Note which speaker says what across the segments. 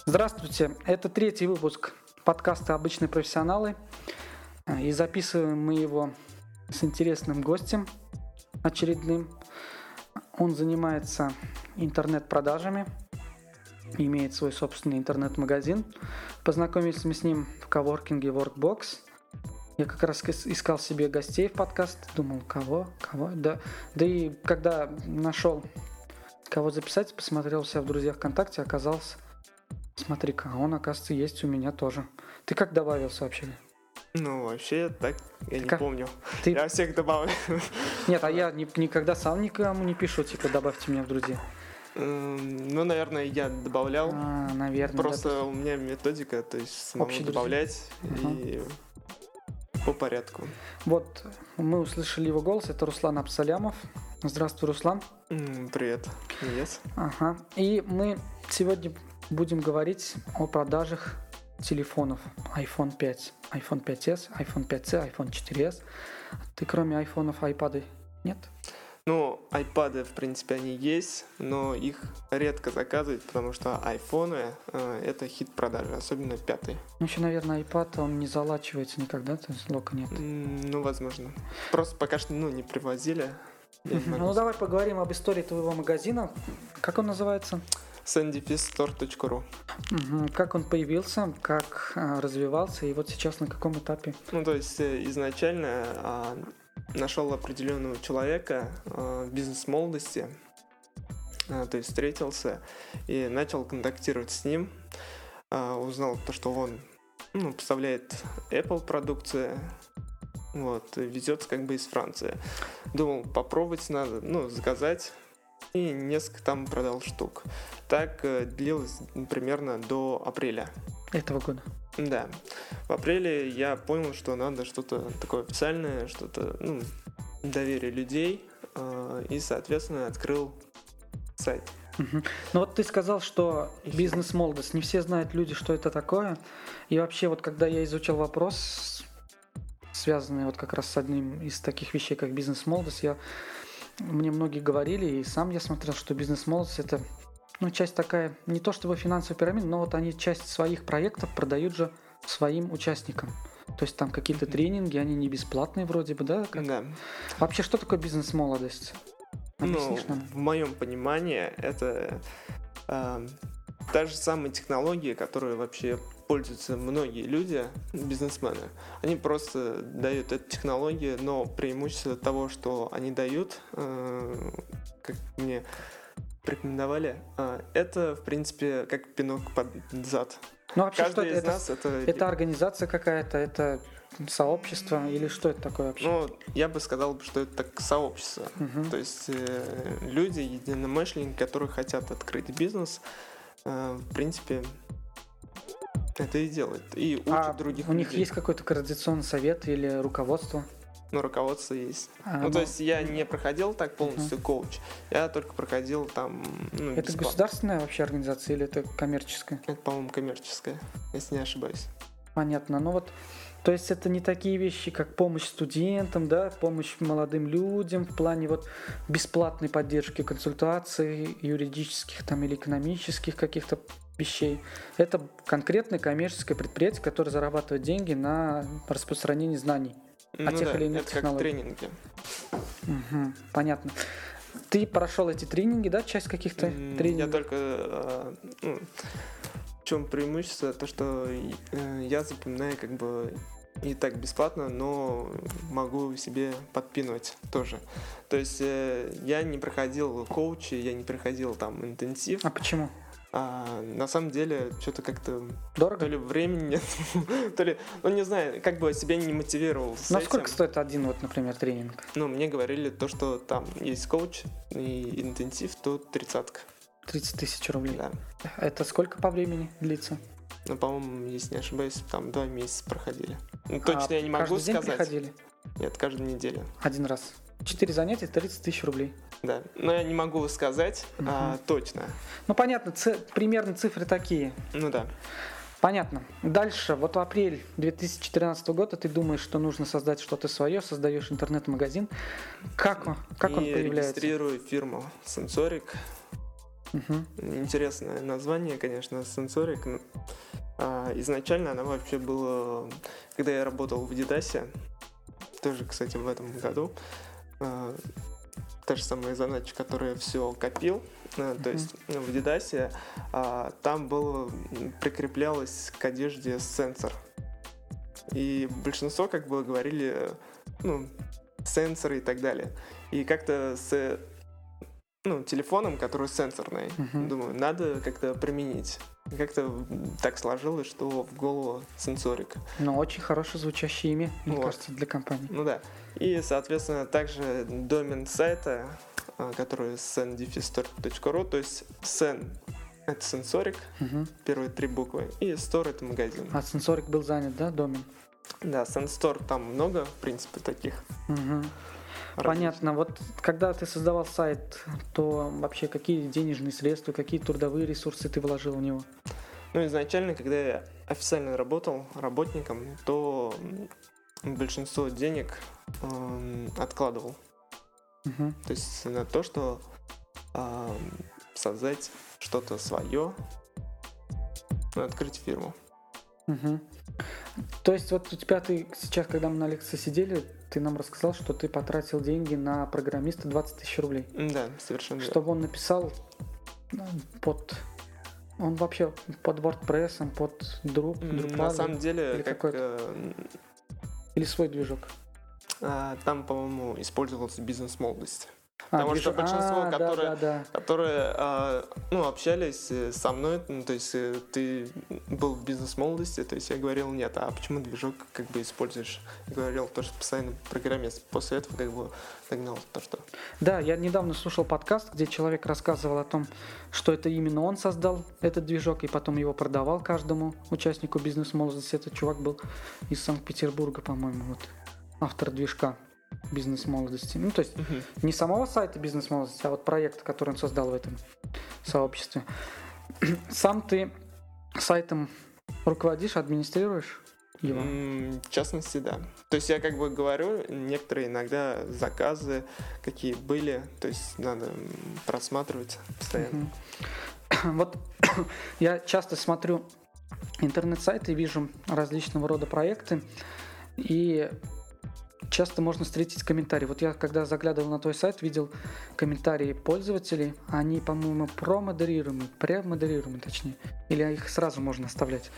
Speaker 1: Здравствуйте, это третий выпуск подкаста «Обычные профессионалы», и записываем мы его с интересным гостем очередным. Он занимается интернет-продажами, имеет свой собственный интернет-магазин. Познакомились мы с ним в коворкинге Workbox. Я как раз искал себе гостей в подкаст, думал, кого? Да и когда нашел, кого записать, посмотрел себя в друзьях ВКонтакте, оказалось, смотри-ка, он, оказывается, есть у меня тоже. Ты как добавился вообще?
Speaker 2: Вообще, так, я не помню.
Speaker 1: Ты...
Speaker 2: Я всех добавлю.
Speaker 1: Нет, а я никогда сам никому не пишу, типа, добавьте меня в друзья.
Speaker 2: Наверное, я добавлял.
Speaker 1: Наверное.
Speaker 2: Просто у меня методика, то есть самому добавлять и по порядку.
Speaker 1: Вот, мы услышали его голос, это Руслан Абсалямов. Здравствуй, Руслан.
Speaker 2: Привет. Привет.
Speaker 1: Ага. И мы сегодня будем говорить о продажах телефонов iPhone 5, iPhone 5s, iPhone 5c, iPhone 4s. Ты кроме айфонов, айпады нет?
Speaker 2: Айпады, в принципе, они есть, но их редко заказывают, потому что айфоны это хит продажи, особенно 5-й.
Speaker 1: Еще, наверное, iPad, он не залачивается никогда, то есть лока нет.
Speaker 2: Возможно. Просто пока что, не привозили.
Speaker 1: Давай поговорим об истории твоего магазина. Как он называется?
Speaker 2: sandyfiststore.ru.
Speaker 1: Как он появился, как развивался и вот сейчас на каком этапе?
Speaker 2: То есть изначально нашел определенного человека в бизнес-молодости, то есть встретился и начал контактировать с ним, узнал то, что он поставляет Apple продукцию, везется из Франции. Думал, попробовать надо, заказать. И несколько там продал штук. Так длилось примерно до апреля.
Speaker 1: Этого года?
Speaker 2: Да. В апреле я понял, что надо что-то такое официальное, что-то, доверие людей. И, соответственно, открыл сайт.
Speaker 1: Ты сказал, что бизнес-молодость. Не все знают люди, что это такое. И вообще, когда я изучал вопрос, связанный как раз с одним из таких вещей, как бизнес-молодость, мне многие говорили, и сам я смотрел, что бизнес-молодость – это часть такая, не то чтобы финансовая пирамида, но они часть своих проектов продают же своим участникам. То есть там какие-то тренинги, они не бесплатные вроде бы, да?
Speaker 2: Да.
Speaker 1: Вообще, что такое бизнес-молодость? Объяснишь нам?
Speaker 2: В моем понимании, это та же самая технология, которой вообще пользуются многие люди, бизнесмены. Они просто дают эту технологию, но преимущество того, что они дают, как мне порекомендовали, это, в принципе, как пинок под зад.
Speaker 1: Вообще,
Speaker 2: каждый
Speaker 1: что
Speaker 2: из нас
Speaker 1: это организация какая-то, это сообщество или что это такое вообще?
Speaker 2: Я бы сказал, что это так сообщество. То есть люди, единомышленники, которые хотят открыть бизнес, в принципе, это и делают. И учат других людей.
Speaker 1: У них есть какой-то координационный совет или руководство?
Speaker 2: Руководство есть. То есть я не проходил так полностью коуч, я только проходил там
Speaker 1: Это
Speaker 2: бесплатно.
Speaker 1: Государственная вообще организация или это коммерческая?
Speaker 2: Это, по-моему, коммерческая, если не ошибаюсь.
Speaker 1: Понятно. То есть это не такие вещи, как помощь студентам, да, помощь молодым людям в плане бесплатной поддержки консультаций, юридических или экономических каких-то вещей. Это конкретное коммерческое предприятие, которое зарабатывает деньги на распространении знаний о тех или иных
Speaker 2: это
Speaker 1: технологиях.
Speaker 2: как тренинги.
Speaker 1: Понятно. Ты прошел эти тренинги, да, часть каких-то тренингов?
Speaker 2: Я только... в чем преимущество? То, что я запоминаю не так бесплатно, но могу себе подпинывать тоже. То есть я не проходил коучи, я не проходил интенсив.
Speaker 1: А почему?
Speaker 2: На самом деле, что-то как-то...
Speaker 1: Дорого?
Speaker 2: То ли времени нет, то ли... не знаю, себя не мотивировал с этим.
Speaker 1: Сколько стоит один, например, тренинг?
Speaker 2: Мне говорили то, что там есть коуч и интенсив, то 30-ка.
Speaker 1: 30 тысяч рублей?
Speaker 2: Да.
Speaker 1: Это сколько по времени длится?
Speaker 2: По-моему, если не ошибаюсь, там 2 месяца проходили. Точно я не могу
Speaker 1: сказать. Каждый день приходили?
Speaker 2: Нет, каждую неделю.
Speaker 1: Один раз? 4 занятия, 30 тысяч рублей.
Speaker 2: Да, но я не могу сказать точно.
Speaker 1: Понятно, примерно цифры такие.
Speaker 2: Да.
Speaker 1: Понятно. Дальше, в апрель 2014 года ты думаешь, что нужно создать что-то свое, создаешь интернет-магазин. Как он появляется?
Speaker 2: Регистрирую фирму Sensoric. Интересное название, конечно, Sensoric. Изначально она вообще была, когда я работал в Adidas, тоже, кстати, в этом году, та же самая задача, которую я все копил, то есть в Adidas, там прикреплялось к одежде сенсор. И большинство как бы говорили, сенсоры и так далее. И как-то с телефоном, который сенсорный, думаю, надо как-то применить. И как-то так сложилось, что в голову Sensoric.
Speaker 1: Очень хорошее звучащее имя, мне кажется, для компании.
Speaker 2: Ну да. И, соответственно, также домен сайта, который sen-store.ru, то есть sen — это Sensoric, первые 3 буквы, и store — это магазин.
Speaker 1: А Sensoric был занят, да, домен?
Speaker 2: Да, Senstore там много, в принципе, таких.
Speaker 1: Понятно. Вот когда ты создавал сайт, то вообще какие денежные средства, какие трудовые ресурсы ты вложил в него?
Speaker 2: Изначально, когда я официально работал работником, то большинство денег откладывал. То есть на то, что создать что-то свое, открыть фирму.
Speaker 1: То есть вот у тебя ты сейчас, когда мы на лекции сидели, ты нам рассказал, что ты потратил деньги на программиста 20 тысяч рублей.
Speaker 2: Да, совершенно верно.
Speaker 1: Чтобы он написал он вообще под WordPress, под Drupal.
Speaker 2: На самом деле,
Speaker 1: или свой движок?
Speaker 2: Там, по-моему, использовался бизнес-молодость. Потому что большинство, которые общались со мной, то есть ты был в бизнес-молодости, то есть я говорил, нет, а почему движок как бы используешь? Я говорил, то, что постоянно программист. После этого как бы догнал то, что...
Speaker 1: Да, я недавно слушал подкаст, где человек рассказывал о том, что это именно он создал этот движок и потом его продавал каждому участнику бизнес-молодости. Этот чувак был из Санкт-Петербурга, по-моему, автор движка бизнес-молодости. То есть не самого сайта бизнес-молодости, а вот проекта, который он создал в этом сообществе. Сам ты сайтом руководишь, администрируешь его?
Speaker 2: В частности, да. То есть я как бы говорю, некоторые иногда заказы какие были, то есть надо просматривать постоянно.
Speaker 1: Вот я часто смотрю интернет-сайты и вижу различного рода проекты, и часто можно встретить комментарии. Вот я, когда заглядывал на твой сайт, видел комментарии пользователей. Они, по-моему, премодерируемы, точнее. Или их сразу можно оставлять?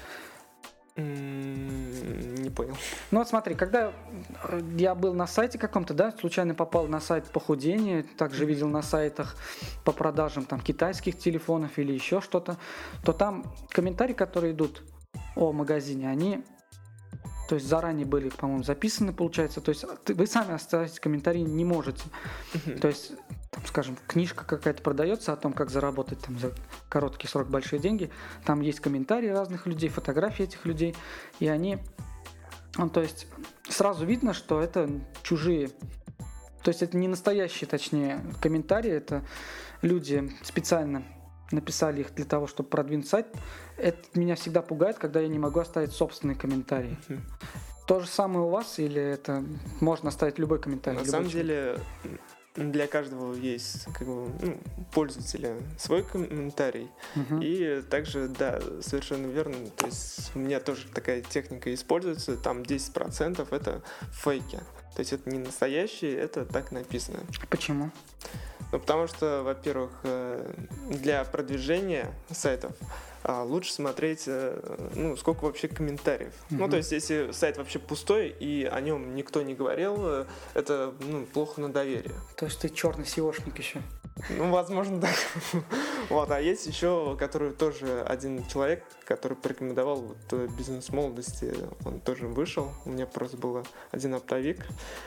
Speaker 2: Не понял.
Speaker 1: Смотри, когда я был на сайте каком-то, да, случайно попал на сайт похудения, также видел на сайтах по продажам там китайских телефонов или еще что-то, то там комментарии, которые идут о магазине, они... То есть заранее были, по-моему, записаны, получается. То есть вы сами оставить комментарии не можете. То есть, там, скажем, книжка какая-то продается о том, как заработать там, за короткий срок большие деньги. Там есть комментарии разных людей, фотографии этих людей. И они... то есть сразу видно, что это чужие. То есть это не настоящие, точнее, комментарии. Это люди специально написали их для того, чтобы продвинуть сайт. Это меня всегда пугает, когда я не могу оставить собственные комментарии. То же самое у вас, или это можно оставить любой комментарий?
Speaker 2: На самом деле для каждого есть пользователя свой комментарий. И также, да, совершенно верно. То есть у меня тоже такая техника используется. Там 10% это фейки. То есть это не настоящие, это так написано.
Speaker 1: Почему?
Speaker 2: Потому что, во-первых, для продвижения сайтов лучше смотреть, сколько вообще комментариев. То есть, если сайт вообще пустой и о нем никто не говорил, это плохо на доверие.
Speaker 1: То есть ты черный SEOшник еще?
Speaker 2: Возможно, так. А есть еще, который тоже один человек, который порекомендовал бизнес-молодости, он тоже вышел. У меня просто был один оптовик.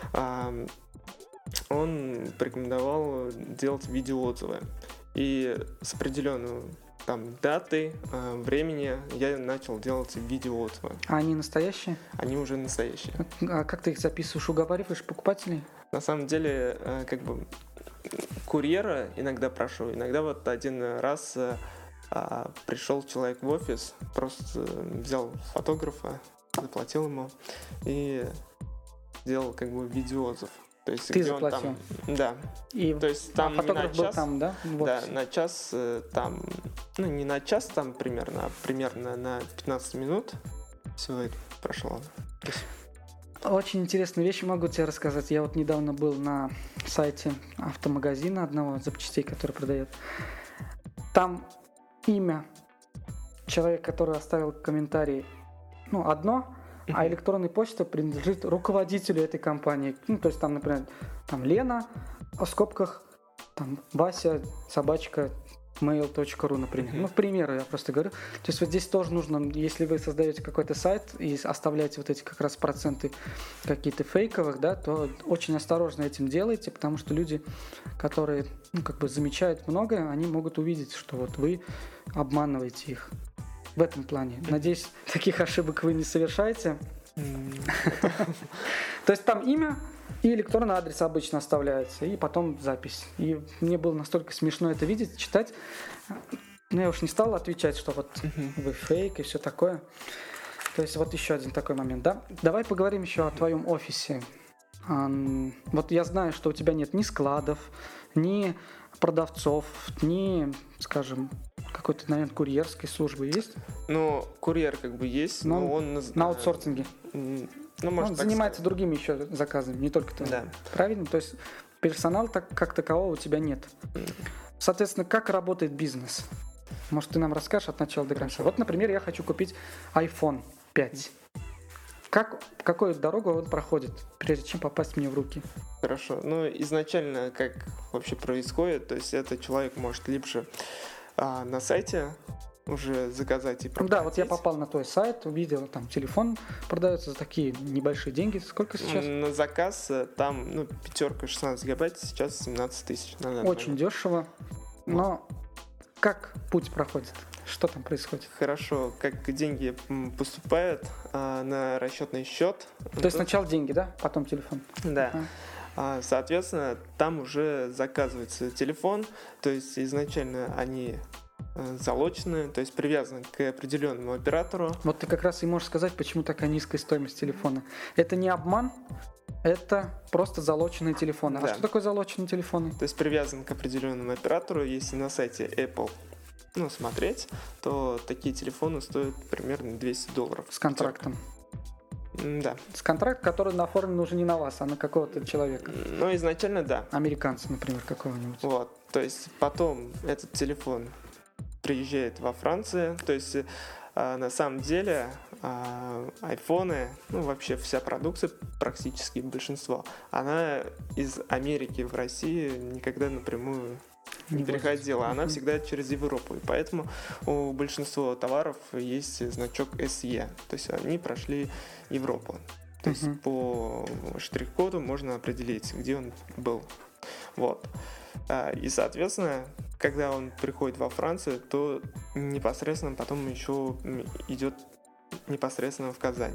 Speaker 2: Он порекомендовал делать видеоотзывы. И с определенной даты, времени я начал делать видеоотзывы.
Speaker 1: А они настоящие?
Speaker 2: Они уже настоящие.
Speaker 1: А как ты их записываешь? Уговариваешь покупателей?
Speaker 2: На самом деле, курьера иногда прошу. Иногда один раз пришел человек в офис, просто взял фотографа, заплатил ему и сделал видеоотзыв. То есть,
Speaker 1: Ты
Speaker 2: где он
Speaker 1: заплатил?
Speaker 2: там, да.
Speaker 1: И
Speaker 2: То есть там не на
Speaker 1: фотограф был
Speaker 2: час,
Speaker 1: там, да? В
Speaker 2: да,
Speaker 1: офисе?
Speaker 2: на час там, ну не на час там примерно, а примерно на 15 минут все это прошло. То есть,
Speaker 1: Очень интересные вещи могу тебе рассказать. Я вот недавно был на сайте автомагазина одного запчастей, который продает. Там имя человека, который оставил комментарий, ну, одно, а электронная почта принадлежит руководителю этой компании. Ну, то есть там, например, там Лена, в скобках, там Вася, собачка, mail.ru, например. Ну, к примеру, я просто говорю. То есть вот здесь тоже нужно, если вы создаете какой-то сайт и оставляете вот эти как раз проценты какие-то фейковых, да, то очень осторожно этим делайте, потому что люди, которые, ну, как бы замечают многое, они могут увидеть, что вот вы обманываете их. В этом плане. Надеюсь, таких ошибок вы не совершаете. То есть там имя и электронный адрес обычно оставляется, и потом запись. И мне было настолько смешно это видеть, читать. Но я уж не стал отвечать, что вот вы фейк и все такое. То есть вот еще один такой момент, да? Давай поговорим еще о твоем офисе. Вот я знаю, что у тебя нет ни складов, ни продавцов, ни, скажем, какой-то, наверное, курьерской службы есть?
Speaker 2: ну, курьер как бы есть, но он...
Speaker 1: На аутсорсинге.
Speaker 2: Ну, может,
Speaker 1: Он
Speaker 2: так
Speaker 1: занимается
Speaker 2: сказать.
Speaker 1: другими еще заказами, не только твоим.
Speaker 2: Да.
Speaker 1: Правильно? То есть персонал как такового у тебя нет. Соответственно, как работает бизнес? Может, ты нам расскажешь от начала до конца? Вот, например, я хочу купить iPhone 5. Какую дорогу он проходит, прежде чем попасть мне в руки?
Speaker 2: Хорошо. Ну, изначально как вообще происходит, то есть этот человек может либо же на сайте уже заказать и проплатить.
Speaker 1: Да, вот я попал на твой сайт, увидел, там телефон продается за такие небольшие деньги. Сколько сейчас?
Speaker 2: На заказ там, ну, 5 16 гигабайт, сейчас 17 тысяч.
Speaker 1: Очень дешево. Но как путь проходит? Что там происходит?
Speaker 2: Хорошо, как деньги поступают на расчетный счет.
Speaker 1: То есть сначала деньги, да? Потом телефон.
Speaker 2: Да. Соответственно, там уже заказывается телефон, то есть изначально они залочены, то есть привязаны к определенному оператору.
Speaker 1: Вот ты как раз и можешь сказать, почему такая низкая стоимость телефона. Это не обман, это просто залоченные телефоны.
Speaker 2: Да.
Speaker 1: А что такое залоченные телефоны?
Speaker 2: То есть привязан к определенному оператору. Если на сайте Apple смотреть, то такие телефоны стоят примерно $200.
Speaker 1: С контрактом.
Speaker 2: Да.
Speaker 1: С контрактом, который оформлен уже не на вас, а на какого-то человека.
Speaker 2: Ну, изначально да.
Speaker 1: Американца, например, какого-нибудь.
Speaker 2: Вот. То есть потом этот телефон приезжает во Францию. То есть на самом деле айфоны, ну вообще вся продукция, практически большинство, она из Америки в Россию никогда напрямую не переходила. Она всегда через Европу. И поэтому у большинства товаров есть значок SE. То есть они прошли Европу. То есть по штрих-коду можно определить, где он был. Вот. И, соответственно, когда он приходит во Францию, то непосредственно потом еще идет непосредственно в Казань.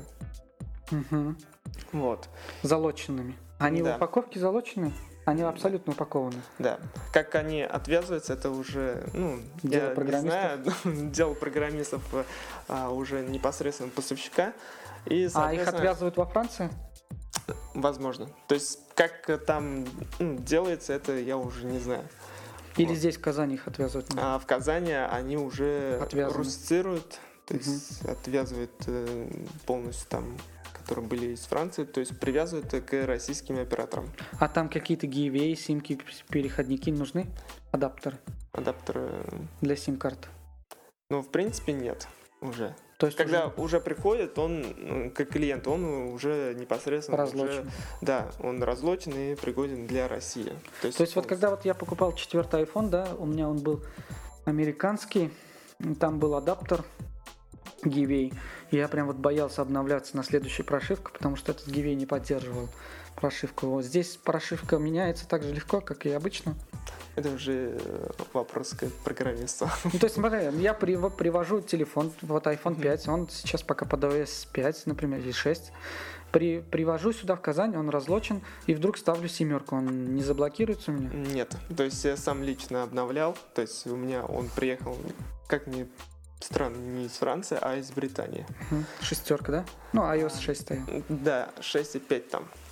Speaker 2: Вот.
Speaker 1: Залоченными. Они
Speaker 2: Да.
Speaker 1: в упаковке залочены? Они абсолютно упакованы.
Speaker 2: Да. Как они отвязываются, это уже, ну,
Speaker 1: Дело
Speaker 2: я
Speaker 1: программистов?
Speaker 2: не знаю, дело программистов уже непосредственно поставщика. И,
Speaker 1: А их
Speaker 2: соответственно,
Speaker 1: отвязывают во Франции?
Speaker 2: возможно. То есть, как там делается, это я уже не знаю.
Speaker 1: Или
Speaker 2: Вот.
Speaker 1: здесь в Казани их отвязывают?
Speaker 2: А в Казани они уже
Speaker 1: Отвязаны.
Speaker 2: русифицируют, то есть отвязывают полностью там, которые были из Франции, то есть привязывают к российским операторам.
Speaker 1: А там какие-то гиевей, симки, переходники нужны? Адаптеры
Speaker 2: Адаптеры,
Speaker 1: для сим-карт?
Speaker 2: ну, в принципе, нет уже.
Speaker 1: То есть
Speaker 2: Когда
Speaker 1: уже
Speaker 2: уже приходит, он, как клиент, он уже непосредственно
Speaker 1: разлочен.
Speaker 2: да, он разлочен и пригоден для России.
Speaker 1: То есть вот когда вот я покупал 4-й iPhone, да, у меня он был американский, там был адаптер Гивей, и я прям вот боялся обновляться на следующую прошивку, потому что этот Гивей не поддерживал прошивку. Вот здесь прошивка меняется так же легко, как и обычно.
Speaker 2: Это уже вопрос к программисту.
Speaker 1: Ну, то есть, смотри, я привожу телефон, вот iPhone 5, он сейчас пока под iOS 5, например, или 6. Привожу сюда в Казань, он разлочен, и вдруг ставлю 7, он не заблокируется у меня?
Speaker 2: Нет, то есть я сам лично обновлял, то есть у меня он приехал, как ни странно, не из Франции, а из Британии.
Speaker 1: 6, да? Ну, iOS 6 стоит.
Speaker 2: Да, 6,5 там.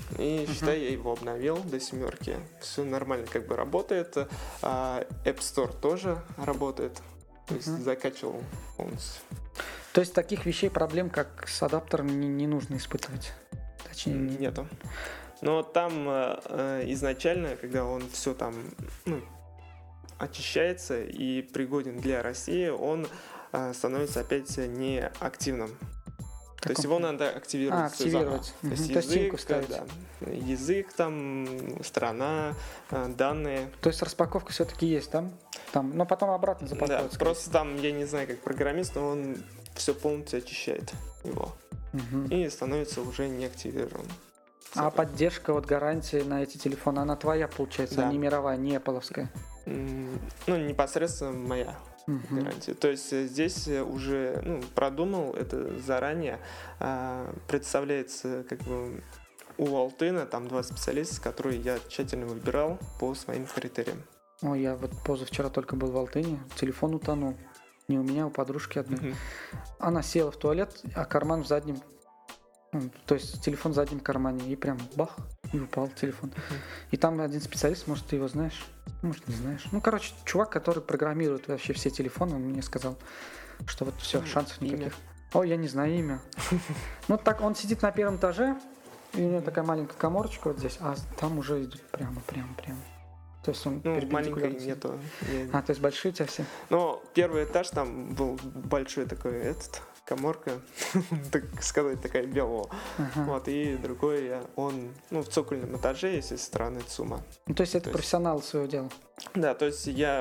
Speaker 2: И, считай, я его обновил до 7. Все нормально как бы работает. App Store тоже работает. То есть закачивал полностью.
Speaker 1: То есть таких вещей, проблем, как с адаптером, не нужно испытывать? Точнее,
Speaker 2: Нету. Но там изначально, когда он все там очищается и пригоден для России, он становится опять неактивным. То есть его надо активировать.
Speaker 1: Активировать.
Speaker 2: То есть
Speaker 1: язык,
Speaker 2: язык, там, страна, данные.
Speaker 1: То есть распаковка все-таки есть там, но потом обратно запаковывать.
Speaker 2: Да, просто там, я не знаю, как программист, но он все полностью очищает его. И становится уже неактивированным.
Speaker 1: А поддержка, гарантия на эти телефоны, она твоя, получается,
Speaker 2: да.
Speaker 1: Не мировая, не Apple-овская?
Speaker 2: Непосредственно моя гарантия. То есть здесь уже продумал это заранее. Представляется как бы у Алтына там 2 специалиста, которые я тщательно выбирал по своим критериям.
Speaker 1: Я позавчера только был в Алтыне, телефон утонул. Не у меня, а у подружки одной. Она села в туалет, а карман в заднем. То есть телефон в заднем кармане. И прям бах, и упал телефон. И там один специалист, может, ты его знаешь, может, не знаешь. Чувак, который программирует вообще все телефоны, он мне сказал, что все, шансов никаких. Я не знаю имя. Так он сидит на 1 этаже, и у него такая маленькая каморочка вот здесь, а там уже идут прямо. То есть он
Speaker 2: маленькой нету.
Speaker 1: То есть большие у тебя все?
Speaker 2: Но 1 этаж там был большой такой каморка, так сказать, такая белого. И другой, он в цокольном этаже, если со стороны ЦУМа.
Speaker 1: То есть это профессионал своего дела?
Speaker 2: Да, то есть я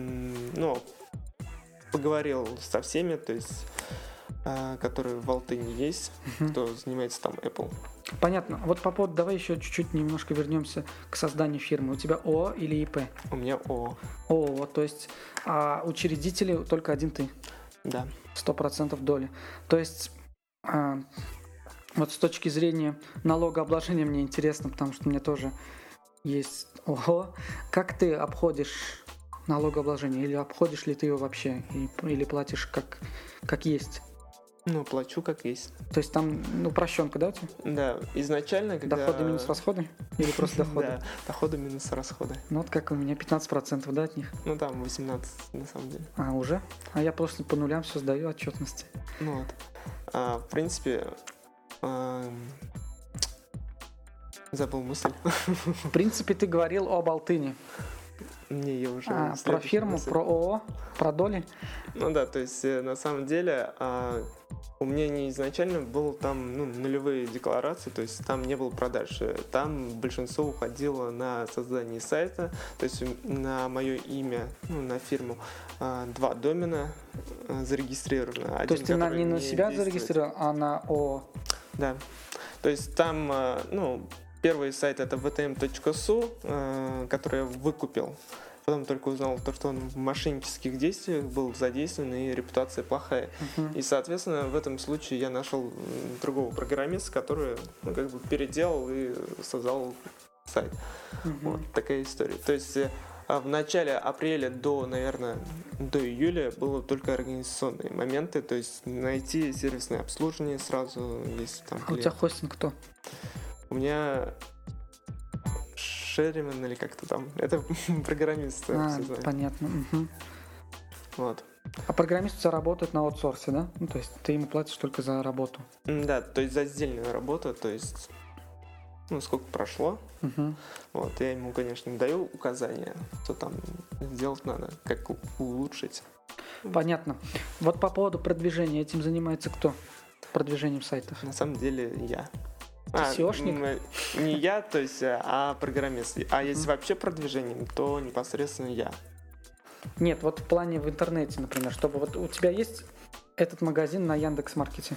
Speaker 2: поговорил со всеми, то есть которые в Алтыне есть, кто занимается там Apple.
Speaker 1: Понятно. По поводу, давай еще чуть-чуть немножко вернемся к созданию фирмы. У тебя ООО или ИП?
Speaker 2: У меня ООО.
Speaker 1: ООО, то есть учредители только один ты?
Speaker 2: Да.
Speaker 1: 100% доли. То есть с точки зрения налогообложения мне интересно, потому что у меня тоже есть ООО. Как ты обходишь налогообложение? Или обходишь ли ты его вообще? Или платишь как есть?
Speaker 2: Плачу как есть.
Speaker 1: То есть там упрощенка, да, у тебя?
Speaker 2: Да, изначально, когда...
Speaker 1: Доходы минус расходы? Или просто доходы?
Speaker 2: Да, доходы минус расходы.
Speaker 1: Как у меня, 15%, да, от них?
Speaker 2: Там 18, на самом деле.
Speaker 1: Уже? А я просто по нулям все сдаю отчетности.
Speaker 2: В принципе, забыл мысль.
Speaker 1: В принципе, ты говорил об Алтыне.
Speaker 2: Не, я уже...
Speaker 1: Про фирму, про ООО, про доли?
Speaker 2: То есть, на самом деле, у меня не изначально было там нулевые декларации, то есть там не было продаж. Там большинство уходило на создание сайта, то есть на мое имя, на фирму 2 домена зарегистрировано.
Speaker 1: То есть ты не на себя зарегистрировал, а на ООО?
Speaker 2: Да. То есть там, первый сайт это vtm.su, который я выкупил. Потом только узнал то, что он в мошеннических действиях был задействован и репутация плохая. И, соответственно, в этом случае я нашел другого программиста, который переделал и создал сайт. Такая история. То есть в начале апреля до июля было только организационные моменты, то есть найти сервисное обслуживание сразу, если там...
Speaker 1: А у тебя хостинг кто?
Speaker 2: У меня Шериман или как-то там. Это программист.
Speaker 1: Понятно. А программист у тебя работает на аутсорсе, да? То есть ты ему платишь только за работу?
Speaker 2: Да, то есть за сдельную работу, то есть сколько прошло. Я ему, конечно, даю указания, что там сделать надо, как улучшить.
Speaker 1: Понятно. По поводу продвижения, этим занимается кто? Продвижением сайтов?
Speaker 2: На самом деле я.
Speaker 1: SEOшник?
Speaker 2: Не я, то есть, а программист. А если вообще продвижением, то непосредственно я.
Speaker 1: Нет, в плане в интернете, например, чтобы у тебя есть этот магазин на Яндекс.Маркете?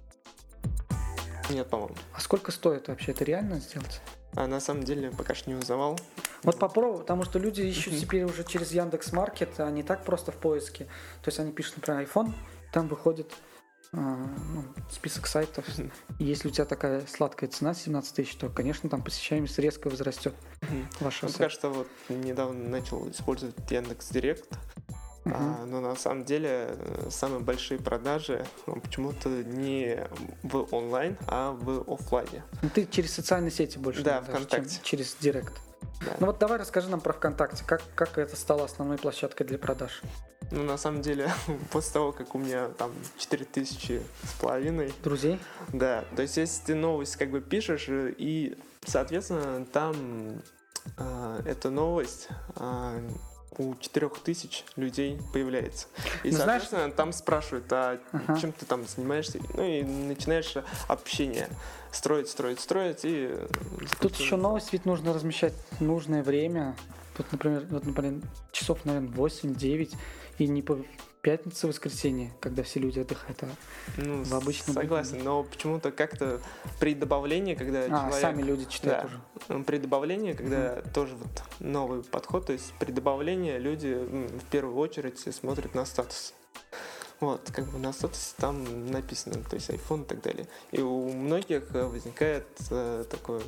Speaker 2: Нет, по-моему.
Speaker 1: А сколько стоит вообще? Это реально сделать?
Speaker 2: На самом деле пока что не узнавал.
Speaker 1: Попробуй, потому что люди ищут теперь уже через Яндекс.Маркет, а не так просто в поиске. То есть они пишут, например, iPhone, там выходит список сайтов. И если у тебя такая сладкая цена 17 тысяч, то, конечно, там посещаемость резко возрастет.
Speaker 2: Пока что недавно начал использовать Яндекс.Директ. Но на самом деле самые большие продажи почему-то не в онлайн, а в офлайне.
Speaker 1: Ну, ты через социальные сети больше,
Speaker 2: Да,
Speaker 1: даже, чем
Speaker 2: ВКонтакте.
Speaker 1: через Директ.
Speaker 2: Да.
Speaker 1: Ну вот давай расскажи нам про ВКонтакте, как это стало основной площадкой для продаж?
Speaker 2: Ну, на самом деле, после того, как у меня там 4500,
Speaker 1: Друзей?
Speaker 2: да, то есть если ты новость как бы пишешь, и, соответственно, там эта новость у 4000 людей появляется. И,
Speaker 1: Ну, знаешь-
Speaker 2: соответственно, там спрашивают, чем ты там занимаешься, ну и начинаешь общение строить, и...
Speaker 1: Тут еще новость ведь нужно размещать в нужное время. Тут, например, часов, наверное, 8-9, и не по пятнице, воскресенье, когда все люди отдыхают,
Speaker 2: Ну,
Speaker 1: в обычном
Speaker 2: согласен,
Speaker 1: будни.
Speaker 2: но почему-то как-то при добавлении, когда человек...
Speaker 1: сами люди читают
Speaker 2: Да.
Speaker 1: уже.
Speaker 2: При добавлении, когда тоже вот новый подход, то есть при добавлении люди в первую очередь смотрят на статус. Вот, как бы на статусе там написано, то есть iPhone и так далее. И у многих возникает такой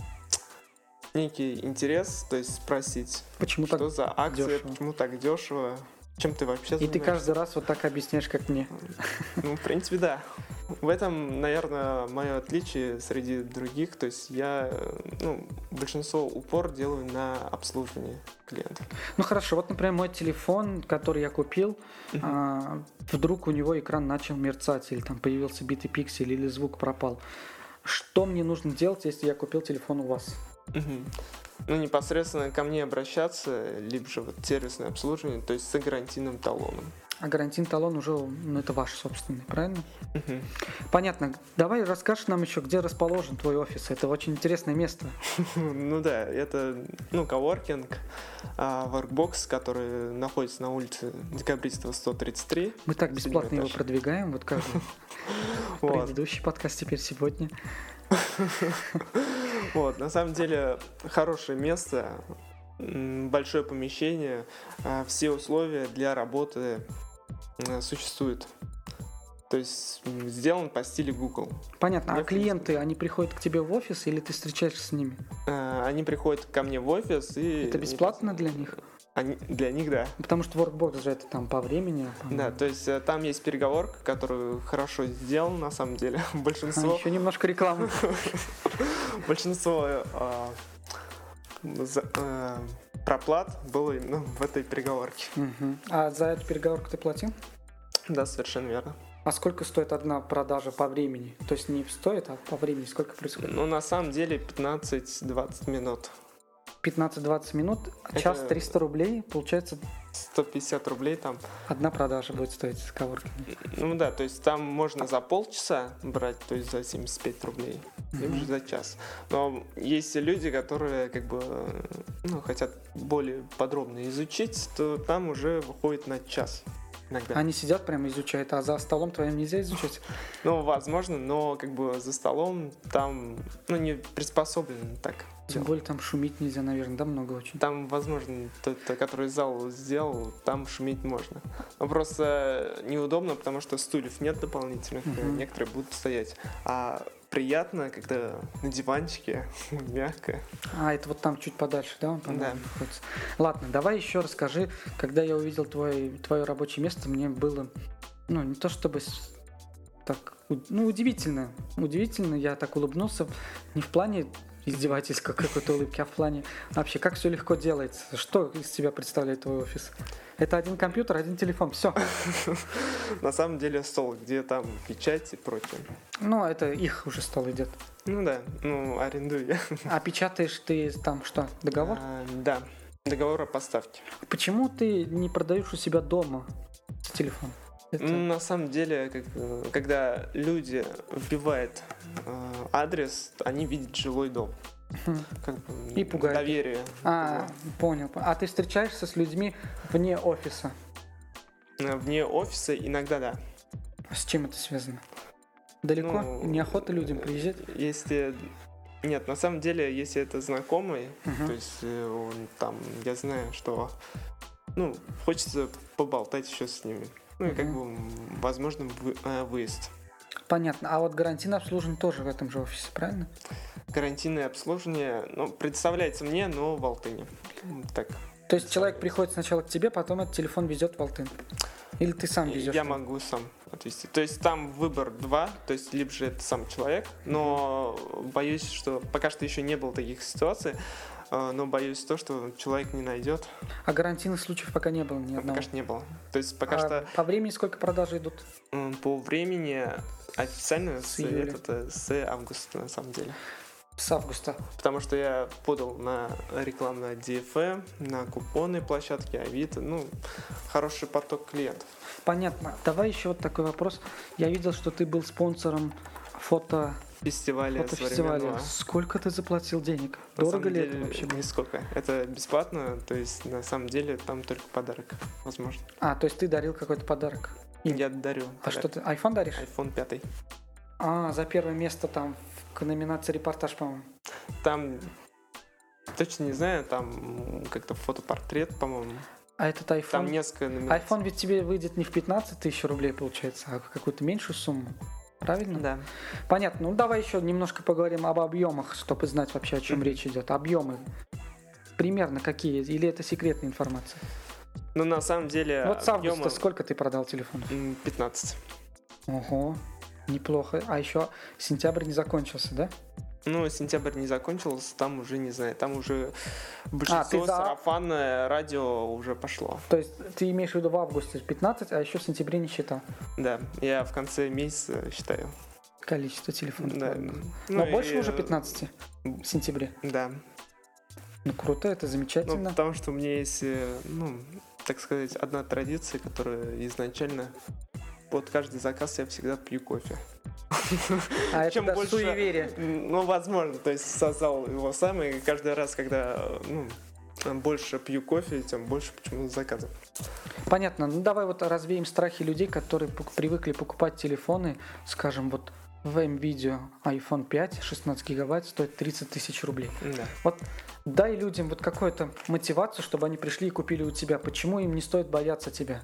Speaker 2: некий интерес, то есть спросить,
Speaker 1: Почему
Speaker 2: что
Speaker 1: так
Speaker 2: за акция,
Speaker 1: дешево?
Speaker 2: почему так дешево, чем ты вообще
Speaker 1: И ты
Speaker 2: занимаешься.
Speaker 1: каждый раз вот так объясняешь, как мне.
Speaker 2: Ну, в принципе, да. В этом, наверное, мое отличие среди других. То есть я, большинство упор делаю на обслуживание клиентов.
Speaker 1: Ну хорошо, вот, например, мой телефон, который я купил, вдруг у него экран начал мерцать, или там появился битый пиксель, или звук пропал. Что мне нужно делать, если я купил телефон у вас?
Speaker 2: Мгм. Ну, непосредственно ко мне обращаться, либо же вот сервисное обслуживание, то есть с гарантийным талоном.
Speaker 1: А гарантийный талон уже, это ваш собственный, правильно?
Speaker 2: Мгм.
Speaker 1: Понятно. Давай расскажешь нам еще, где расположен твой офис. Это очень интересное место.
Speaker 2: Ну да, это, коворкинг, Workbox, который находится на улице Декабристова 133.
Speaker 1: Мы так
Speaker 2: 7
Speaker 1: бесплатно его
Speaker 2: этаж.
Speaker 1: продвигаем, вот как
Speaker 2: Вот.
Speaker 1: предыдущий подкаст теперь сегодня.
Speaker 2: Вот, на самом деле, хорошее место, большое помещение, все условия для работы существуют. То есть сделан по стилю Google.
Speaker 1: Понятно. А
Speaker 2: Я, в принципе,
Speaker 1: клиенты, они приходят к тебе в офис или ты встречаешься с ними?
Speaker 2: Они приходят ко мне в офис и...
Speaker 1: Это бесплатно для них?
Speaker 2: Для них, да.
Speaker 1: Потому что Workbox же это там по времени.
Speaker 2: Да, то есть там есть переговорка, которую хорошо сделана на самом деле. Большинство
Speaker 1: Еще немножко рекламы.
Speaker 2: проплат было именно в этой переговорке.
Speaker 1: Мгм. А за эту переговорку ты платил?
Speaker 2: Да, совершенно верно.
Speaker 1: А сколько стоит одна продажа по времени? То есть не стоит, а по времени сколько происходит?
Speaker 2: Ну, на самом деле 15-20 минут.
Speaker 1: 15-20 минут, час 300 рублей, получается
Speaker 2: 150 рублей там.
Speaker 1: одна продажа будет стоить с коворками.
Speaker 2: Ну да, то есть там можно за полчаса брать, то есть за 75 рублей, либо же за час. Но есть люди, которые как бы хотят более подробно изучить, то там уже выходит на час иногда.
Speaker 1: Они сидят прямо изучают, а за столом твоим нельзя изучать?
Speaker 2: Ну, возможно, но как бы за столом там, не приспособлено так.
Speaker 1: Тем более там шумить нельзя, наверное, да, много очень.
Speaker 2: Там, возможно, тот, который зал сделал, там шуметь можно. Но просто неудобно, потому что стульев нет дополнительных, некоторые будут стоять. А приятно, когда на диванчике, мягко.
Speaker 1: А, это вот там чуть подальше, да, он, по-моему,
Speaker 2: Да.
Speaker 1: находится? Ладно, давай еще расскажи, когда я увидел твое рабочее место, мне было, не то чтобы так, удивительно. Удивительно, я так улыбнулся, не в плане издевательской какой-то улыбки, а в плане вообще, как все легко делается. Что из себя представляет твой офис? Это один компьютер, один телефон, все.
Speaker 2: На самом деле стол, где там печать и прочее.
Speaker 1: Это их уже стол идет.
Speaker 2: Ну да, арендую я.
Speaker 1: А печатаешь ты там что, договор?
Speaker 2: Да, договор о поставке.
Speaker 1: Почему ты не продаешь у себя дома телефон?
Speaker 2: На самом деле, когда люди вбивают адрес, они видят жилой дом.
Speaker 1: И пугают.
Speaker 2: Доверие.
Speaker 1: Понял. А ты встречаешься с людьми вне офиса?
Speaker 2: Вне офиса иногда да.
Speaker 1: С чем это связано? Далеко? Неохота людям приезжать?
Speaker 2: Если... Нет, на самом деле, если это знакомый, то есть он там, я знаю, что хочется поболтать еще с ними. И возможно, выезд.
Speaker 1: Понятно. А вот гарантийное обслуживание тоже в этом же офисе, правильно?
Speaker 2: Гарантийное обслуживание, представляется мне, но в Алтыне. Так.
Speaker 1: То есть человек приходит сначала к тебе, потом этот телефон везет в Алтын? Или ты сам везешь?
Speaker 2: Я могу сам отвезти. То есть там выбор два, то есть либо же это сам человек, но боюсь, что пока что еще не было таких ситуаций, но боюсь то, что человек не найдет.
Speaker 1: А гарантийных случаев пока не было ни одного?
Speaker 2: Пока что не было. То есть пока что...
Speaker 1: По времени сколько продажи идут?
Speaker 2: По времени официально
Speaker 1: июля.
Speaker 2: с августа на самом деле.
Speaker 1: С августа.
Speaker 2: Потому что я подал на рекламу на DFM, на купонные площадки, Авито. Хороший поток клиентов.
Speaker 1: Понятно. Давай еще вот такой вопрос. Я видел, что ты был спонсором
Speaker 2: фестиваля
Speaker 1: фотофестиваля.
Speaker 2: современного.
Speaker 1: Сколько ты заплатил денег?
Speaker 2: На
Speaker 1: Дорого
Speaker 2: самом
Speaker 1: ли
Speaker 2: деле,
Speaker 1: это вообще было?
Speaker 2: нисколько. Это бесплатно, то есть на самом деле там только подарок, возможно.
Speaker 1: То есть ты дарил какой-то подарок?
Speaker 2: Я дарю
Speaker 1: А что
Speaker 2: подарок.
Speaker 1: ты, iPhone даришь?
Speaker 2: iPhone 5.
Speaker 1: За первое место там в номинации репортаж, по-моему.
Speaker 2: Там, точно не знаю, там как-то фотопортрет, по-моему.
Speaker 1: А этот iPhone?
Speaker 2: Там несколько номинаций.
Speaker 1: iPhone ведь тебе выйдет не в 15 тысяч рублей, получается, а в какую-то меньшую сумму. Правильно?
Speaker 2: Да.
Speaker 1: Понятно. Давай еще немножко поговорим об объемах, чтобы знать вообще, о чем речь идет. Объемы примерно какие? Или это секретная информация?
Speaker 2: На самом деле...
Speaker 1: Вот с августа сколько ты продал телефонов?
Speaker 2: 15.
Speaker 1: Ого, неплохо. А еще сентябрь не закончился, да?
Speaker 2: Сентябрь не закончился, там уже, не знаю, там уже большинство сарафанное радио уже пошло.
Speaker 1: То есть ты имеешь в виду в августе 15, а еще в сентябре не считал?
Speaker 2: Да, я в конце месяца считаю.
Speaker 1: Количество телефонов.
Speaker 2: Да.
Speaker 1: Но больше уже 15 в сентябре?
Speaker 2: Да.
Speaker 1: Круто, это замечательно.
Speaker 2: Потому что у меня есть, так сказать, одна традиция, которая изначально под каждый заказ я всегда пью кофе.
Speaker 1: Это больше... суеверие.
Speaker 2: Возможно, то есть создал его сам, и каждый раз, когда больше пью кофе, тем больше почему-то заказов.
Speaker 1: Понятно. Давай вот развеем страхи людей, которые привыкли покупать телефоны, скажем, вот в М-видео iPhone 5 16 гигабайт стоит 30 тысяч рублей.
Speaker 2: Да.
Speaker 1: Вот дай людям вот какую-то мотивацию, чтобы они пришли и купили у тебя. Почему им не стоит бояться тебя?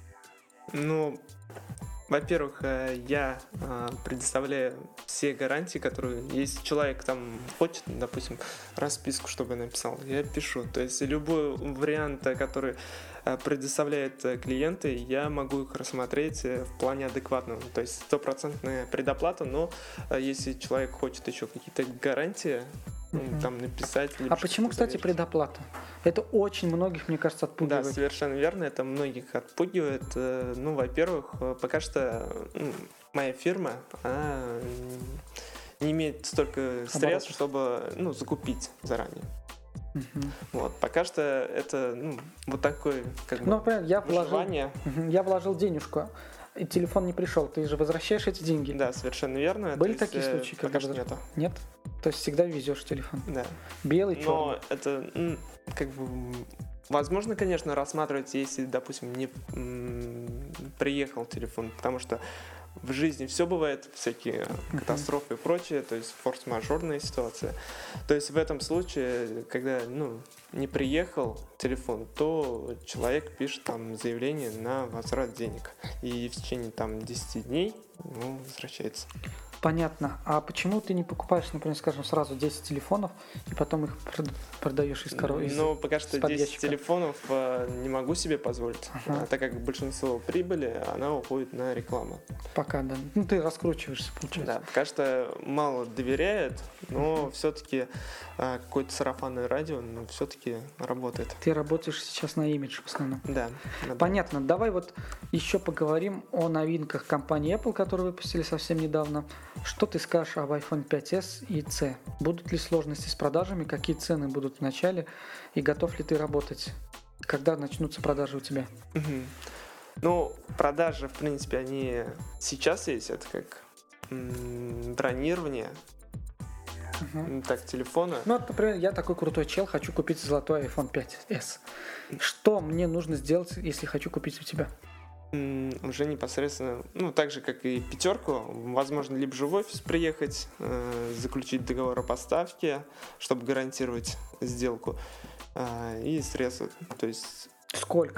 Speaker 2: Во-первых, я предоставляю все гарантии, которые... Если человек там хочет, допустим, расписку, чтобы я написал, я пишу. То есть любой вариант, который предоставляет клиенты, я могу их рассмотреть в плане адекватного. То есть 100% предоплата, но если человек хочет еще какие-то гарантии, там написать...
Speaker 1: А почему, кстати, предоплата? Это очень многих, мне кажется, отпугивает.
Speaker 2: Да, совершенно верно, это многих отпугивает. Во-первых, пока что моя фирма не имеет столько средств, чтобы закупить заранее. Пока что это вот такое
Speaker 1: выживание. Я вложил денежку, и телефон не пришел. Ты же возвращаешь эти деньги?
Speaker 2: Да, совершенно верно.
Speaker 1: Были такие случаи?
Speaker 2: Пока что нету.
Speaker 1: Нет? То есть всегда везешь телефон?
Speaker 2: Да.
Speaker 1: Белый, черный?
Speaker 2: Но это возможно, конечно, рассматривать, если, допустим, не приехал телефон, потому что в жизни все бывает, всякие катастрофы и прочее, то есть форс-мажорная ситуация. То есть в этом случае, когда не приехал телефон, то человек пишет там заявление на возврат денег. И в течение 10 дней возвращается.
Speaker 1: Понятно. А почему ты не покупаешь, например, скажем, сразу 10 телефонов и потом их продаешь из коробки?
Speaker 2: Пока что 10 телефонов не могу себе позволить, так как большинство прибыли, она уходит на рекламу.
Speaker 1: Пока, да. Ты раскручиваешься, получается.
Speaker 2: Да, пока что мало доверяет, но все-таки какое-то сарафанное радио, все-таки работает.
Speaker 1: Ты работаешь сейчас на имидж в основном?
Speaker 2: Да.
Speaker 1: Понятно. Давай вот еще поговорим о новинках компании Apple, которые выпустили совсем недавно. Что ты скажешь об iPhone 5s и C? Будут ли сложности с продажами? Какие цены будут в начале? И готов ли ты работать? Когда начнутся продажи у тебя?
Speaker 2: Продажи, в принципе, они сейчас есть. Это как бронирование. Так, телефона.
Speaker 1: Например, я такой крутой чел, хочу купить золотой iPhone 5s. Что мне нужно сделать, если хочу купить у тебя?
Speaker 2: Уже непосредственно, так же, как и пятерку, возможно, либо же в офис приехать, заключить договор о поставке, чтобы гарантировать сделку, и средства. То есть
Speaker 1: Сколько?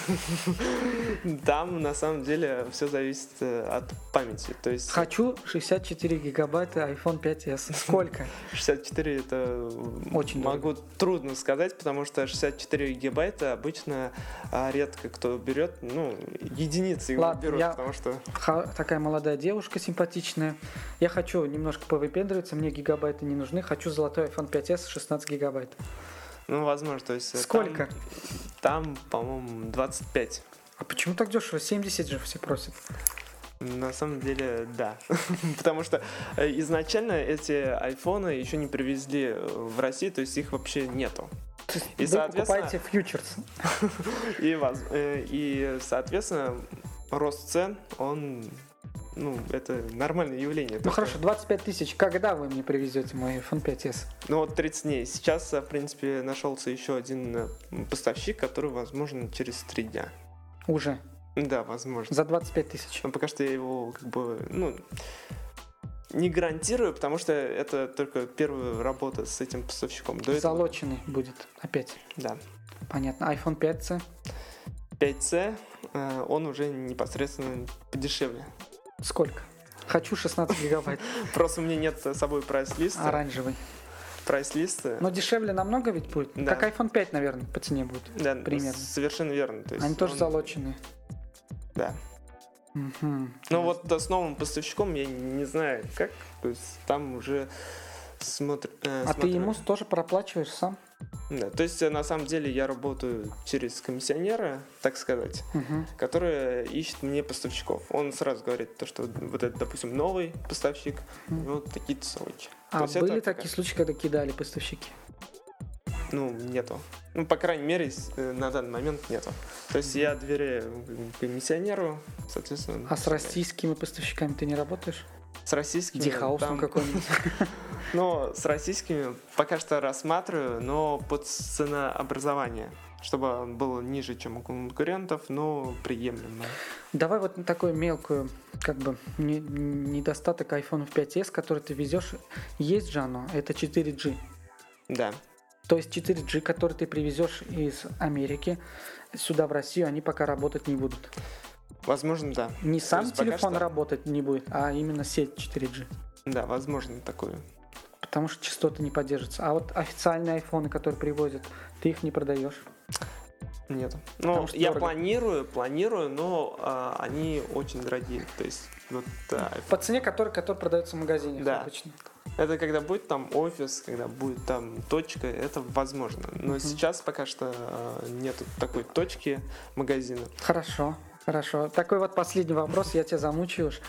Speaker 2: Там на самом деле все зависит от памяти. То есть
Speaker 1: Хочу 64 гигабайта iPhone 5s. Сколько?
Speaker 2: 64 это
Speaker 1: Очень
Speaker 2: могу трудно сказать, потому что 64 гигабайта обычно редко кто берет, единицы его
Speaker 1: Ладно,
Speaker 2: берут,
Speaker 1: я-
Speaker 2: потому что
Speaker 1: Такая молодая девушка симпатичная. Я хочу немножко повыпендриваться, мне гигабайты не нужны. Хочу золотой iPhone 5s 16 гигабайт.
Speaker 2: возможно, то есть
Speaker 1: Сколько?
Speaker 2: Там, по-моему, 25.
Speaker 1: А почему так дешево? 70 же все просят.
Speaker 2: На самом деле, да. Потому что изначально эти айфоны еще не привезли в Россию, то есть их вообще нету. И,
Speaker 1: Вы
Speaker 2: соответственно,
Speaker 1: покупаете фьючерс.
Speaker 2: И, соответственно, рост цен, он, это нормальное явление.
Speaker 1: Ну хорошо, 25 тысяч. Когда вы мне привезете мой iPhone 5s?
Speaker 2: Вот 30 дней. Сейчас, в принципе, нашелся еще один поставщик, который, возможно, через 3 дня.
Speaker 1: Уже.
Speaker 2: Да, возможно.
Speaker 1: За 25 тысяч.
Speaker 2: Но пока что я его, не гарантирую, потому что это только первая работа с этим поставщиком. До этого-
Speaker 1: Залоченный будет опять.
Speaker 2: Да.
Speaker 1: Понятно. iPhone 5c.
Speaker 2: 5C, он уже непосредственно подешевле.
Speaker 1: Сколько? Хочу 16 гигабайт.
Speaker 2: Просто у меня нет с собой прайс-листа.
Speaker 1: Оранжевый.
Speaker 2: Прайс-листа.
Speaker 1: Но дешевле намного ведь будет?
Speaker 2: Да.
Speaker 1: Как iPhone 5, наверное, по цене будет.
Speaker 2: Да,
Speaker 1: примерно.
Speaker 2: совершенно верно. То есть
Speaker 1: Они тоже
Speaker 2: он-
Speaker 1: залоченные.
Speaker 2: Да.
Speaker 1: Мгм.
Speaker 2: Но вот с новым поставщиком я не знаю как. То есть там уже смотрят.
Speaker 1: А ты ему тоже проплачиваешь сам?
Speaker 2: Да, то есть на самом деле я работаю через комиссионера, так сказать,
Speaker 1: Мгм.
Speaker 2: который ищет мне поставщиков. Он сразу говорит, то, что вот это, допустим, новый поставщик, у него такие-то сроки. То
Speaker 1: А
Speaker 2: есть
Speaker 1: были
Speaker 2: это
Speaker 1: такие случаи, когда кидали поставщики?
Speaker 2: нету. По крайней мере, на данный момент нету. То есть я доверяю комиссионеру, соответственно.
Speaker 1: А с российскими поставщиками ты не работаешь?
Speaker 2: С российскими.
Speaker 1: Дихаусом
Speaker 2: там-
Speaker 1: какой-нибудь?
Speaker 2: Но с российскими пока что рассматриваю, но под ценообразование, чтобы было ниже, чем у конкурентов, но приемлемо.
Speaker 1: Давай вот такую мелкую, недостаток iPhone 5s, который ты везешь. Есть же оно, это 4G.
Speaker 2: Да.
Speaker 1: То есть 4G, который ты привезешь из Америки сюда в Россию, они пока работать не будут.
Speaker 2: Возможно, да.
Speaker 1: Не
Speaker 2: То
Speaker 1: сам
Speaker 2: есть пока
Speaker 1: телефон
Speaker 2: что-
Speaker 1: работать не будет, а именно сеть 4G.
Speaker 2: Да, возможно такое.
Speaker 1: Потому что частоты не поддерживаются. А вот официальные айфоны, которые привозят, ты их не продаешь.
Speaker 2: Нет.
Speaker 1: Потому
Speaker 2: Ну,
Speaker 1: что
Speaker 2: я
Speaker 1: дорого.
Speaker 2: планирую, но они очень дорогие. То есть, вот,
Speaker 1: По цене, который продается в магазине
Speaker 2: Да.
Speaker 1: обычно.
Speaker 2: это когда будет там офис, когда будет там точка, это возможно. Но
Speaker 1: Мгм.
Speaker 2: сейчас пока что нету такой точки магазина.
Speaker 1: Хорошо. Такой вот последний вопрос, я тебя замучаю уж.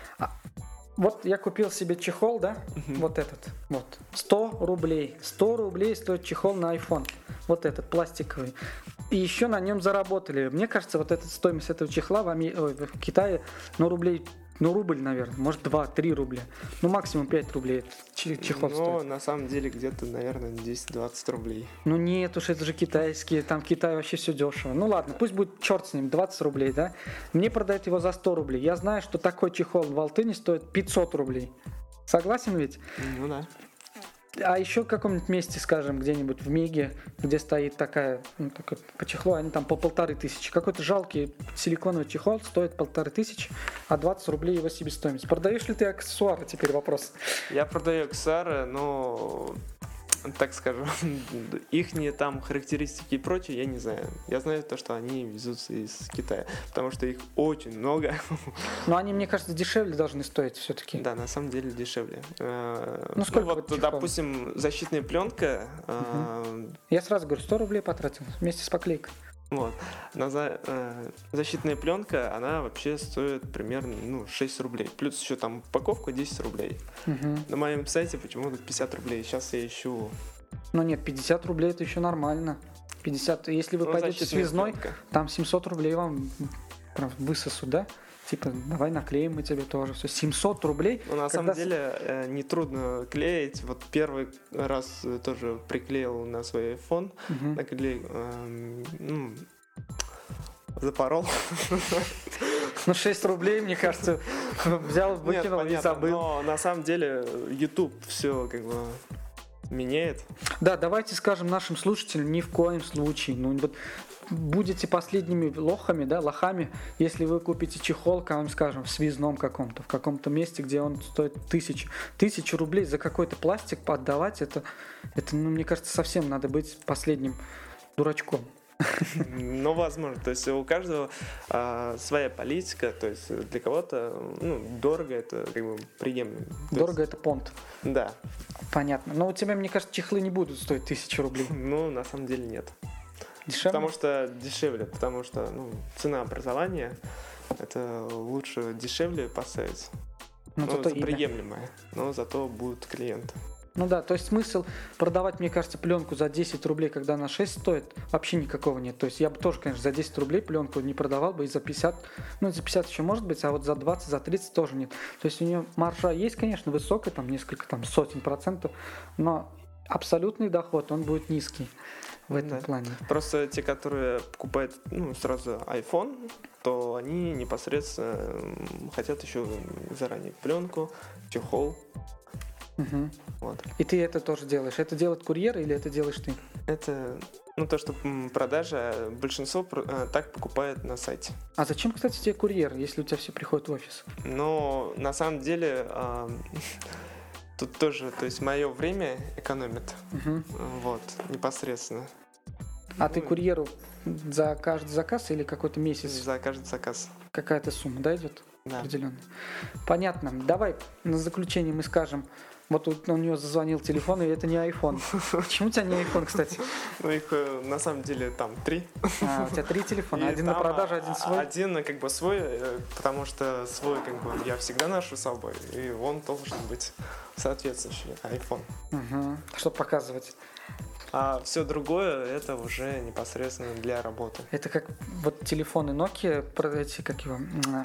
Speaker 1: Вот я купил себе чехол, да? Вот этот. Вот. 100 рублей. 100 рублей стоит чехол на iPhone. Вот этот, пластиковый. И еще на нем заработали. Мне кажется, вот эта стоимость этого чехла в Китае, рубль, наверное. Может, 2-3 рубля. Максимум 5 рублей этот чехол
Speaker 2: Но
Speaker 1: стоит.
Speaker 2: на самом деле где-то, наверное, 10-20 рублей.
Speaker 1: Нет уж, это же китайские, там в Китае вообще все дешево. Ладно, пусть будет черт с ним, 20 рублей, да? Мне продают его за 100 рублей. Я знаю, что такой чехол в Алтыне стоит 500 рублей. Согласен ведь?
Speaker 2: Ну да.
Speaker 1: А еще в каком-нибудь месте, скажем, где-нибудь в Меге, где стоит такой по чехлу, они там по 1500. Какой-то жалкий силиконовый чехол стоит 1500, а 20 рублей его себестоимость. Продаешь ли ты аксессуары? Теперь вопрос.
Speaker 2: Я продаю аксессуары, но, так скажем, ихние там характеристики и прочее, я не знаю. Я знаю то, что они везутся из Китая, потому что их очень много.
Speaker 1: Но они, мне кажется, дешевле должны стоить все-таки.
Speaker 2: Да, на самом деле дешевле.
Speaker 1: Сколько
Speaker 2: вот,
Speaker 1: вот чехол?
Speaker 2: допустим, защитная пленка,
Speaker 1: Я сразу говорю, 100 рублей потратил вместе с поклейкой.
Speaker 2: вот, защитная пленка, она вообще стоит примерно 6 рублей. Плюс еще там упаковка 10 рублей.
Speaker 1: Мгм.
Speaker 2: На моем сайте почему-то 50 рублей. Сейчас я ищу.
Speaker 1: Нет, 50 рублей это еще нормально. 50, если вы пойдете
Speaker 2: защитная
Speaker 1: связной,
Speaker 2: пленка.
Speaker 1: там 700 рублей вам прям высосут, да? Типа, давай наклеим мы тебе тоже. Все, 700 рублей.
Speaker 2: Ну, на
Speaker 1: Когда
Speaker 2: самом деле нетрудно клеить. Вот первый раз тоже приклеил на свой iPhone,
Speaker 1: Мгм.
Speaker 2: наклеил, запорол.
Speaker 1: 6 рублей, мне кажется, взял,
Speaker 2: Нет,
Speaker 1: выкинул и
Speaker 2: понятно,
Speaker 1: забыл.
Speaker 2: но на самом деле YouTube все как бы меняет.
Speaker 1: Да, давайте скажем нашим слушателям, ни в коем случае. Ну, вот будете последними лохами, если вы купите чехол, скажем, в связном каком-то, в каком-то месте, где он стоит 1000 рублей за какой-то пластик отдавать, это, мне кажется, совсем надо быть последним дурачком.
Speaker 2: Ну, возможно. То есть у каждого своя политика. То есть для кого-то дорого это как бы приемлемо.
Speaker 1: Дорого это понт.
Speaker 2: Да.
Speaker 1: Понятно. Но у тебя, мне кажется, чехлы не будут стоить 1000 рублей.
Speaker 2: Ну, на самом деле нет.
Speaker 1: Дешевле?
Speaker 2: Потому что дешевле. Потому что цена образования это лучше дешевле поставить.
Speaker 1: Зато
Speaker 2: это приемлемое. Но зато будут клиенты.
Speaker 1: Ну да, то есть смысл продавать, мне кажется, пленку за 10 рублей, когда она 6 стоит, вообще никакого нет. То есть я бы тоже, конечно, за 10 рублей пленку не продавал бы, и за 50, за 50 еще может быть, а вот за 20, за 30 тоже нет. То есть у нее маржа есть, конечно, высокая, несколько сотен процентов, но абсолютный доход, он будет низкий в этом плане.
Speaker 2: Просто те, которые покупают сразу iPhone, то они непосредственно хотят еще заранее пленку, чехол.
Speaker 1: Угу.
Speaker 2: Вот.
Speaker 1: И ты это тоже делаешь? Это делает курьер или это делаешь ты?
Speaker 2: Это, то, что продажа, большинство так покупает на сайте.
Speaker 1: А зачем, кстати, тебе курьер, если у тебя все приходят в офис?
Speaker 2: Но на самом деле тут тоже, то есть мое время экономит.
Speaker 1: Угу.
Speaker 2: Вот, непосредственно.
Speaker 1: А ты курьеру за каждый заказ или какой-то месяц?
Speaker 2: За каждый заказ.
Speaker 1: Какая-то сумма, да, идет?
Speaker 2: Да.
Speaker 1: Определенная. Понятно. Давай на заключение мы скажем. Вот у него зазвонил телефон, и это не iPhone. Почему у тебя не iPhone, кстати?
Speaker 2: Их на самом деле там 3.
Speaker 1: У тебя 3 телефона. Один на продажу, один свой?
Speaker 2: Один свой, потому что свой я всегда ношу с собой. И он должен быть соответствующий iPhone.
Speaker 1: Угу. Чтобы показывать.
Speaker 2: А все другое это уже непосредственно для работы.
Speaker 1: Это как вот телефоны Nokia, эти, как его...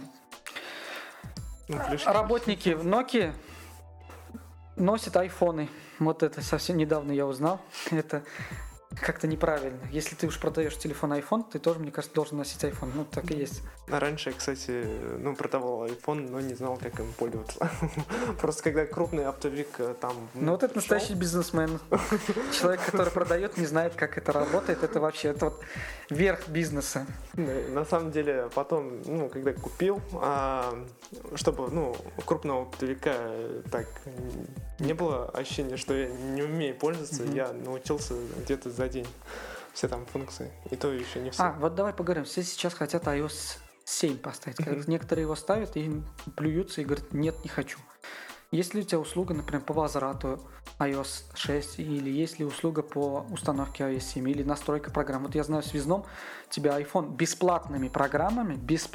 Speaker 1: Работники в Nokia носят айфоны. Вот это совсем недавно я узнал. Это как-то неправильно. Если ты уж продаешь телефон iPhone, ты тоже, мне кажется, должен носить iPhone. Так и есть.
Speaker 2: Раньше я, кстати, продавал iPhone, но не знал, как им пользоваться. Просто когда крупный оптовик там...
Speaker 1: вот это настоящий бизнесмен. Человек, который продает, не знает, как это работает. Это вообще вот верх бизнеса.
Speaker 2: На самом деле, потом, когда купил, чтобы, крупного оптовика так не было ощущения, что я не умею пользоваться, я научился где-то за день все там функции. И то еще не все.
Speaker 1: Вот давай поговорим. Все сейчас хотят iOS 7 поставить. Некоторые его ставят и плюются и говорят, нет, не хочу. Есть ли у тебя услуга, например, по возврату iOS 6, или есть ли услуга по установке iOS 7, или настройка программ? Вот я знаю, в связном тебе iPhone бесплатными программами,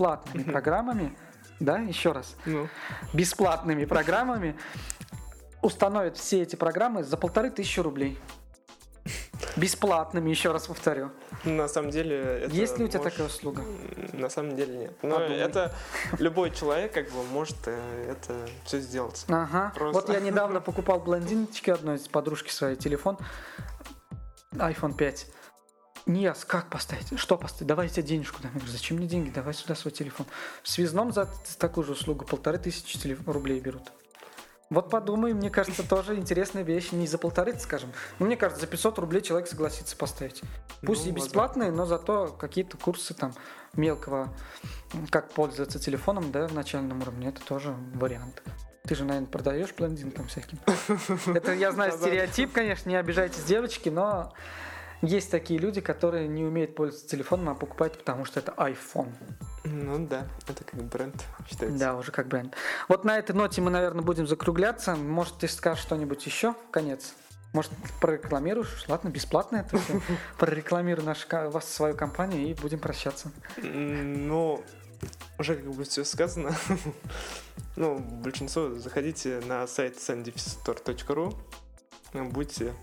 Speaker 1: да, еще раз, бесплатными программами установят все эти программы за 1500 рублей. Бесплатными, еще раз повторю.
Speaker 2: На самом деле... Это
Speaker 1: есть ли у тебя такая услуга?
Speaker 2: На самом деле нет. Но это любой человек может это все сделать.
Speaker 1: Ага. Просто. Вот я недавно покупал блондиночке одной из подружки своей телефон, iPhone 5. Нет, как поставить? Что поставить? Давай я тебе денежку дам. Я говорю, зачем мне деньги? Давай сюда свой телефон. В связном за такую же услугу 1500 рублей берут. Вот подумай, мне кажется, тоже интересная вещь. Не за 1500, скажем. Но мне кажется, за 500 рублей человек согласится поставить. Пусть и бесплатные, но зато какие-то курсы там мелкого, как пользоваться телефоном, да, в начальном уровне, это тоже вариант. Ты же, наверное, продаешь блондинкам всяким. Это, я знаю, стереотип, конечно, не обижайтесь, девочки, но есть такие люди, которые не умеют пользоваться телефоном, а покупают, потому что это iPhone.
Speaker 2: Да, это как бренд считается.
Speaker 1: Да, уже как бренд. Вот на этой ноте мы, наверное, будем закругляться. Может, ты скажешь что-нибудь еще в конец? Может, прорекламируешь? Ладно, бесплатно это все. Прорекламирую свою компанию и будем прощаться.
Speaker 2: Уже все сказано. Большинство заходите на сайт sandefistore.ru, будьте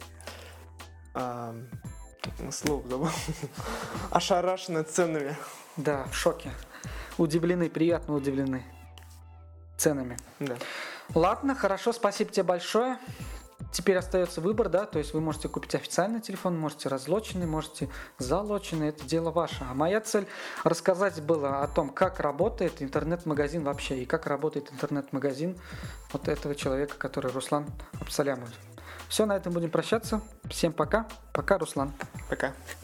Speaker 2: слово забыл. Ошарашены ценами.
Speaker 1: Да, в шоке. Удивлены, приятно удивлены ценами.
Speaker 2: Да.
Speaker 1: Ладно, хорошо, спасибо тебе большое. Теперь остается выбор, да, то есть вы можете купить официальный телефон, можете разлоченный, можете залоченный, это дело ваше. А моя цель рассказать была о том, как работает интернет-магазин вообще, и как работает интернет-магазин вот этого человека, который Руслан Абсалямов. Все, на этом будем прощаться. Всем пока. Пока, Руслан.
Speaker 2: Пока.